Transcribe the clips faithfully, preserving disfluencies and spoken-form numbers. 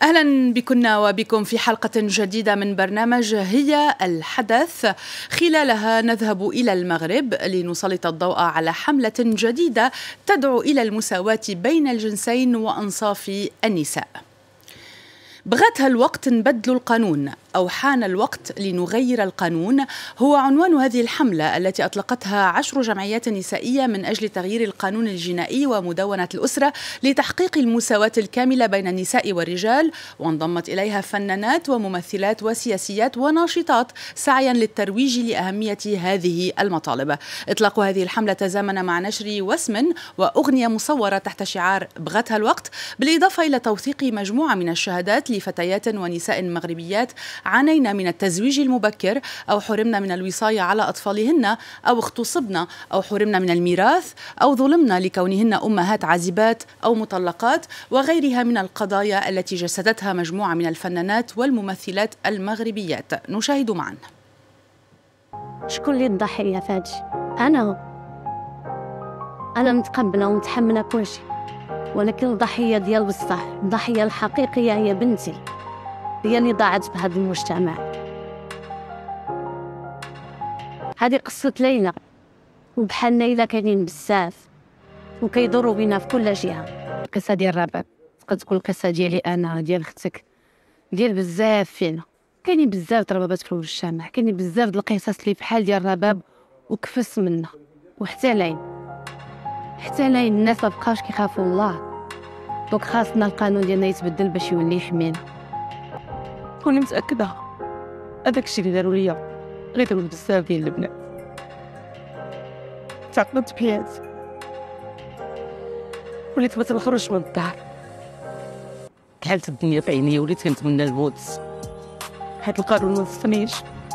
أهلا بكن وبكم في حلقة جديدة من برنامج هي الحدث. خلالها نذهب إلى المغرب لنسلط الضوء على حملة جديدة تدعو إلى المساواة بين الجنسين وأنصاف النساء. بغتها الوقت نبدل القانون أو حان الوقت لنغير القانون، هو عنوان هذه الحملة التي أطلقتها عشر جمعيات نسائية من أجل تغيير القانون الجنائي ومدونة الأسرة لتحقيق المساواة الكاملة بين النساء والرجال، وانضمت إليها فنانات وممثلات وسياسيات وناشطات سعيا للترويج لأهمية هذه المطالب. إطلاق هذه الحملة تزامن مع نشر وسم وأغنية مصورة تحت شعار بغتها الوقت، بالإضافة إلى توثيق مجموعة من الشهادات لفتيات ونساء مغربيات عانينا من التزويج المبكر أو حرمنا من الوصاية على أطفالهن أو اغتصبنا أو حرمنا من الميراث أو ظلمنا لكونهن أمهات عازبات أو مطلقات، وغيرها من القضايا التي جسدتها مجموعة من الفنانات والممثلات المغربيات. نشاهد معا. شكون اللي الضحية فهادشي؟ أنا أنا متقبلة ومتحملة كل شيء، ولكن الضحية ديال بصح الضحية الحقيقية هي بنتي، هي اللي ضاعت في هذا المجتمع. هذه قصة ليلى، وبحال ليلى كاينين بزاف وكيدوروا بينا في كل جهة. القصة ديال الرباب تقدر تكون القصة ديالي أنا، ديال أختك، ديال بزاف فينا. كاينين بزاف د الربابات في المجتمع، كاينين بزاف د القصص اللي بحال ديال الرباب وكفس منا. وحتى لين حتى لين الناس مبقاوش كيخافوا الله، دونك خاصنا القانون ديالنا يتبدل باش يولي يحمينا. كوني متأكدة هذاك الشيء اللي داروا ليا غيديروا بزاف ديال البنات. تعقدت بحياتي، وليت بغيت نخرج من الدار، كحلت الدنيا في عينيا، وليت كنتمنى الموت حيت القانون ما وصلنيش.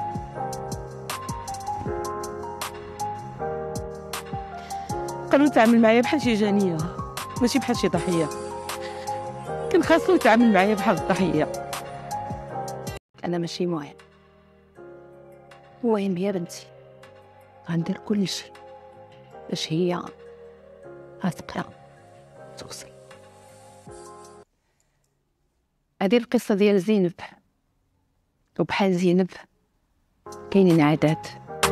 القانون تعامل معايا بحال شي جانية ماشي بحال شي ضحية، كان خاصو يتعامل معايا بحال الضحية. أنا ماشي مهم، المهم هي بنتي، غندير كل شيء باش هي غتبقى توصل. هذه القصة ديال زينب، وبحال زينب كاينين عادات.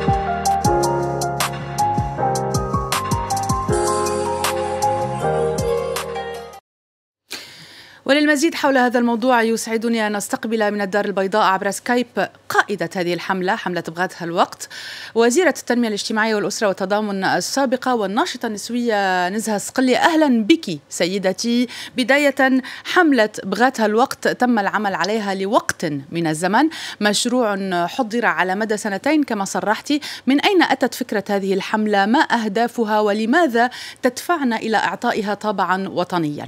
وللمزيد حول هذا الموضوع يسعدني أن نستقبل من الدار البيضاء عبر سكايب قائدة هذه الحملة، حملة بغتها الوقت، وزيرة التنمية الاجتماعية والأسرة والتضامن السابقة والناشطة النسوية نزهة الصقلي. أهلا بك سيدتي. بداية، حملة بغتها الوقت تم العمل عليها لوقت من الزمن، مشروع حضر على مدى سنتين كما صرحتي. من أين أتت فكرة هذه الحملة؟ ما أهدافها ولماذا تدفعنا إلى إعطائها طابعا وطنيا؟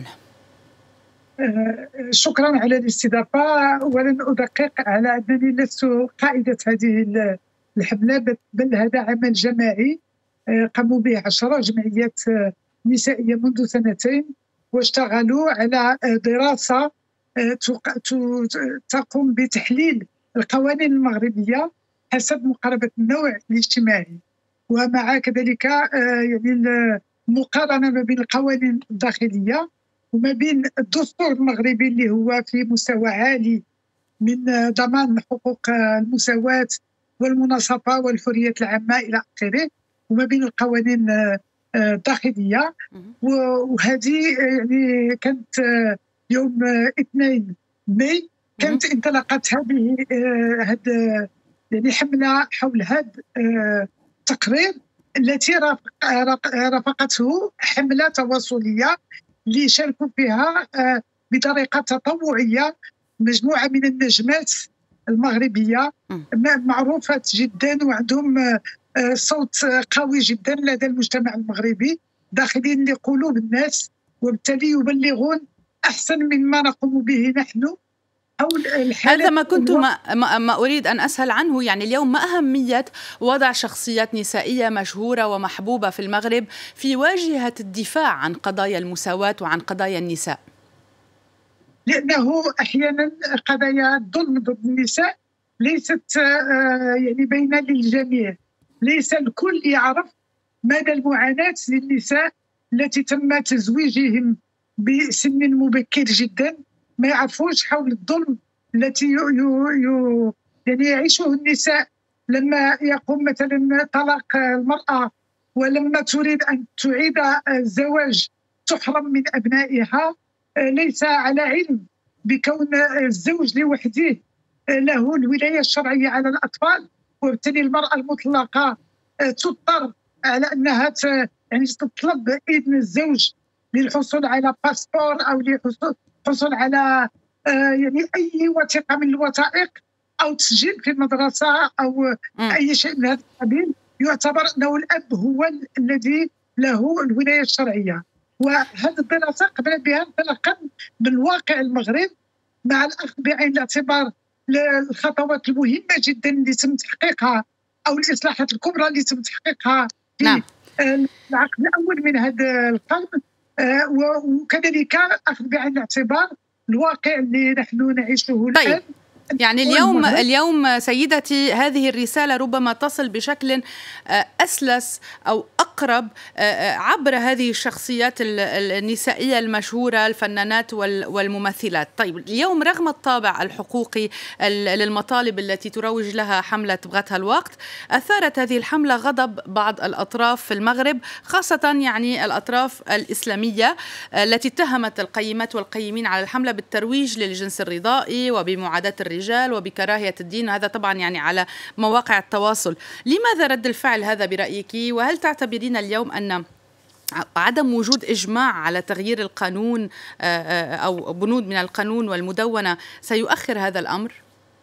شكرا على الاستضافة، ولن أدقق على أنني لست قائدة هذه الحملة، بل هذا عمل جماعي قاموا به عشرة جمعيات نسائية منذ سنتين، واشتغلوا على دراسة تقوم بتحليل القوانين المغربية حسب مقاربة النوع الاجتماعي، ومع كذلك يعني المقارنة ما بين القوانين الداخلية وما بين الدستور المغربي اللي هو في مستوى عالي من ضمان حقوق المساواة والمناصفة والحريات العامة إلى آخره، وما بين القوانين الداخلية. وهذه يعني كانت يوم اثنين ماي كانت انطلقت هذه هاد يعني حملة حول هذا التقرير التي رافقته حملة تواصلية اللي شاركوا فيها بطريقة تطوعية مجموعة من النجمات المغربية معروفات جدا وعندهم صوت قوي جدا لدى المجتمع المغربي، داخلين لقلوب الناس، وبالتالي يبلغون أحسن مما نقوم به نحن. هذا ما كنت ما, ما أريد أن أسأل عنه. يعني اليوم ما أهمية وضع شخصيات نسائية مشهورة ومحبوبة في المغرب في واجهة الدفاع عن قضايا المساواة وعن قضايا النساء؟ لأنه أحيانا قضايا الظلم ضد النساء ليست يعني باينة للجميع، ليس الكل يعرف مدى المعاناة للنساء التي تم تزويجهم بسن مبكر جدا ما يعرفوش حول الظلم التي يو يو يو يعني يعيشه النساء لما يقوم مثلا طلاق المرأة، ولما تريد أن تعيد الزواج تحرم من أبنائها، ليس على علم بكون الزوج لوحده له الولاية الشرعية على الأطفال، وبالتالي المرأة المطلقة تضطر على أنها يعني تطلب إذن الزوج للحصول على باسبور أو للحصول على يعني أي وثيقة من الوثائق أو تسجيل في المدرسة أو م. أي شيء من هذا القبيل. يعتبر أنه الأب هو الذي له الولاية الشرعية. وهذه الدراسة قبل بها انطلاقا من واقع المغرب، مع الأخذ بعين الاعتبار الخطوات المهمة جدا اللي تم تحقيقها أو الإصلاحات الكبرى اللي تم تحقيقها في نعم. العقد الأول من هذا القرن، وكذلك أخذ بعين الاعتبار الواقع اللي نحن نعيشه الآن. طيب. يعني اليوم اليوم سيدتي هذه الرسالة ربما تصل بشكل أسلس أو أقرب عبر هذه الشخصيات النسائية المشهورة، الفنانات والممثلات. طيب اليوم رغم الطابع الحقوقي للمطالب التي تروج لها حملة بغتها الوقت، أثارت هذه الحملة غضب بعض الأطراف في المغرب، خاصة يعني الأطراف الإسلامية التي اتهمت القيمات والقيمين على الحملة بالترويج للجنس الرضائي وبمعاداة الرجال وبكراهية الدين، هذا طبعا يعني على مواقع التواصل. لماذا رد الفعل هذا برأيك؟ وهل تعتبرين اليوم أن عدم وجود إجماع على تغيير القانون أو بنود من القانون والمدونة سيؤخر هذا الأمر؟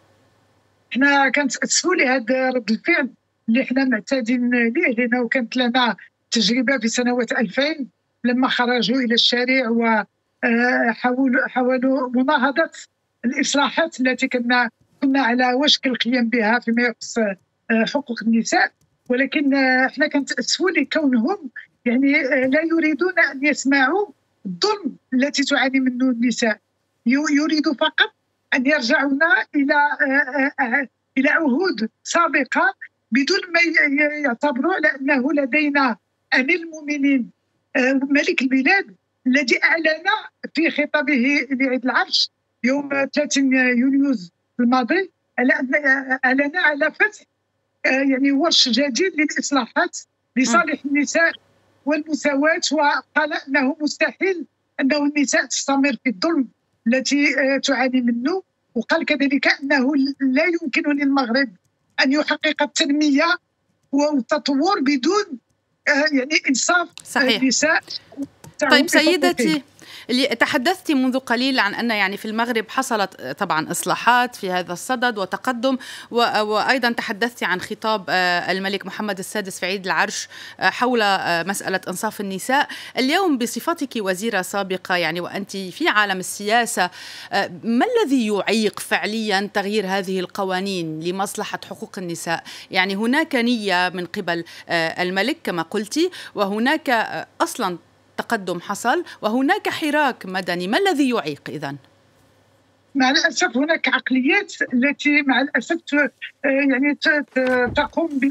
احنا كانت تسولي هذا رد الفعل اللي احنا معتادين ليه، لأنه كانت لنا تجربة في سنوات ألفين لما خرجوا إلى الشارع وحاولوا حاولوا مناهضة الإصلاحات التي كنا كنا على وشك القيام بها فيما يخص حقوق النساء. ولكن احنا كانت تسولي كونهم يعني لا يريدون أن يسمعوا الظلم التي تعاني منه النساء، يريدوا فقط أن يرجعونا إلى إلى عهود سابقة بدون ما يعتبروا على أنه لدينا أمير المؤمنين ملك البلاد الذي أعلن في خطابه لعيد العرش يوم ثلاثين يوليو الماضي أعلن على فتح يعني ورش جديد للإصلاحات لصالح النساء والمساواة، وقال أنه مستحيل أنه النساء تستمر في الظلم التي تعاني منه. وقال كذلك أنه لا يمكن للمغرب أن يحقق التنمية والتطور بدون يعني إنصاف النساء. طيب سيدتي، اللي تحدثت منذ قليل عن أن يعني في المغرب حصلت طبعا إصلاحات في هذا الصدد وتقدم، وأيضا تحدثت عن خطاب الملك محمد السادس في عيد العرش حول مسألة إنصاف النساء. اليوم بصفتك وزيرة سابقة يعني وأنت في عالم السياسة، ما الذي يعيق فعليا تغيير هذه القوانين لمصلحة حقوق النساء؟ يعني هناك نية من قبل الملك كما قلتي، وهناك أصلا تقدم حصل، وهناك حراك مدني، ما الذي يعيق إذن؟ مع الأسف هناك عقليات التي مع الأسف يعني تقوم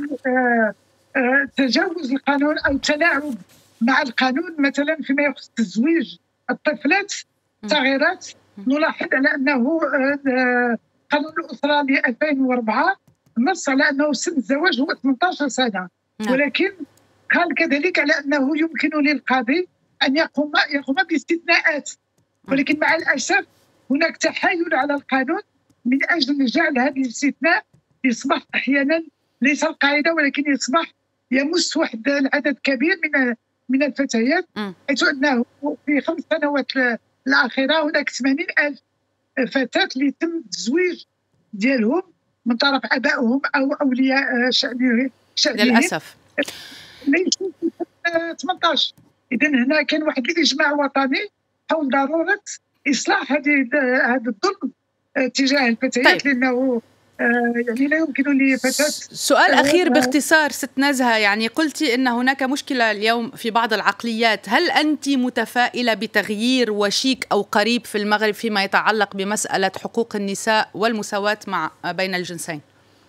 بتجاوز القانون أو تلاعب مع القانون، مثلا فيما يخص تزويج الطفلات الصغيرات. نلاحظ على أنه قانون الأسرة ل ألفين وأربعة نص على أنه سن الزواج هو ثمانية عشر سنة، ولكن قال كذلك على أنه يمكن للقاضي أن يقوم يقوم باستثناءات، ولكن مع الأسف هناك تحايل على القانون من أجل جعل هذا الاستثناء يصبح أحيانا ليس القاعدة، ولكن يصبح يمس واحد العدد كبير من من الفتيات، حيث أنه في خمس سنوات الأخيرة هناك ثمانين ألف فتاة اللي تم التزويج ديالهم من طرف آبائهم أو أولياء شأنهم للأسف ليسوا ثمانية عشر. إذا هنا كان واحد الإجماع وطني حول ضرورة إصلاح هذه هذا الظلم تجاه الفتيات. طيب. لأنه يعني لا يمكن لفتاة. سؤال أخير باختصار ست نزهة، يعني قلتي أن هناك مشكلة اليوم في بعض العقليات، هل أنت متفائلة بتغيير وشيك أو قريب في المغرب فيما يتعلق بمسألة حقوق النساء والمساواة مع بين الجنسين؟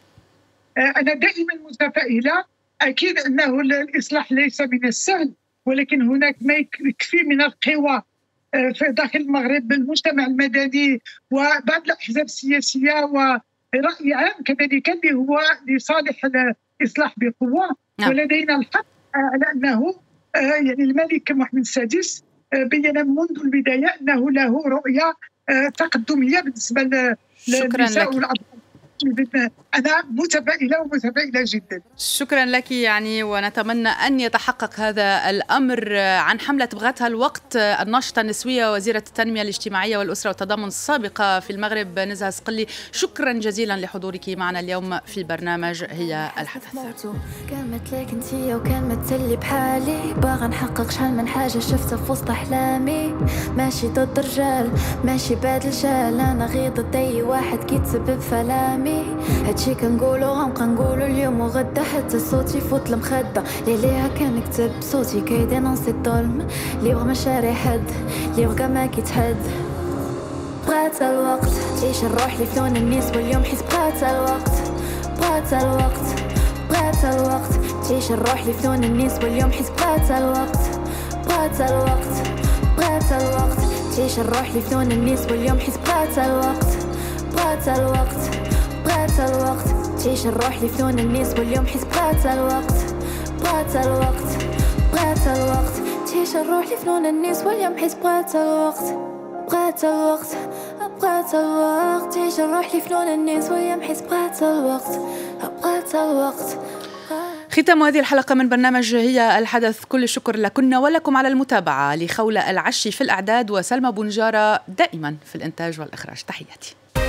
أنا دائما متفائلة. أكيد أنه الإصلاح ليس من السهل، ولكن هناك ما يكفي من القوى في داخل المغرب، المجتمع المدني وبعض الأحزاب السياسية ورأي عام كذلك اللي هو لصالح الإصلاح بقوة. ولدينا الحق على أنه يعني الملك محمد السادس بين منذ البداية أنه له رؤية تقدمية بالنسبة للنساء والأطفال. أنا متفائلة ومتفائلة جدا. شكرا لك يعني، ونتمنى أن يتحقق هذا الأمر. عن حملة بغتها الوقت، الناشطة النسوية وزيرة التنمية الاجتماعية والأسرة والتضامن السابقة في المغرب نزهة صقلي، شكرا جزيلا لحضورك معنا اليوم في برنامج هي الحدث. كان مثلك انتي وكان مثلي بحالي، باغا نحقق شحال من حاجة شفتها في وسط أحلامي، ماشي ضد الرجال ماشي بادل جال، أنا غير ضد أي واحد كيتسبب في ألامي. هادشي كنقولو غنبقى نقولو اليوم وغدا حتى صوتي يفوت المخدة، ليليها كنكتب صوتي كيدينونسي الظلم، اللي بغا ما شاري حد اللي بغا ما كيتحد. بغات الوقت تعيش الروح اللي في لون النيس واليوم حيت بغات الوقت، بغات الوقت بغات الوقت تعيش الروح اللي في لون النيس واليوم حيت بغات الوقت، بغات الوقت بغات الوقت تعيش الروح اللي في لون النيس واليوم حيت بغات الوقت، بغات الوقت بغات الوقت تعيش الروح اللي في لون النيس واليوم حيت بغات الوقت، بغات الوقت بغات الوقت تعيش الروح اللي في لون النيس واليوم حيت بغات الوقت، بغات الوقت بغات الوقت تعيش الروح اللي في لون النيس واليوم حيت بغات الوقت، بغات الوقت. ختام هذه الحلقة من برنامج هي الحدث، كل الشكر لكنا ولكم على المتابعة. لخولة العشي في الإعداد وسلمى بنجارة دائما في الإنتاج والإخراج، تحياتي.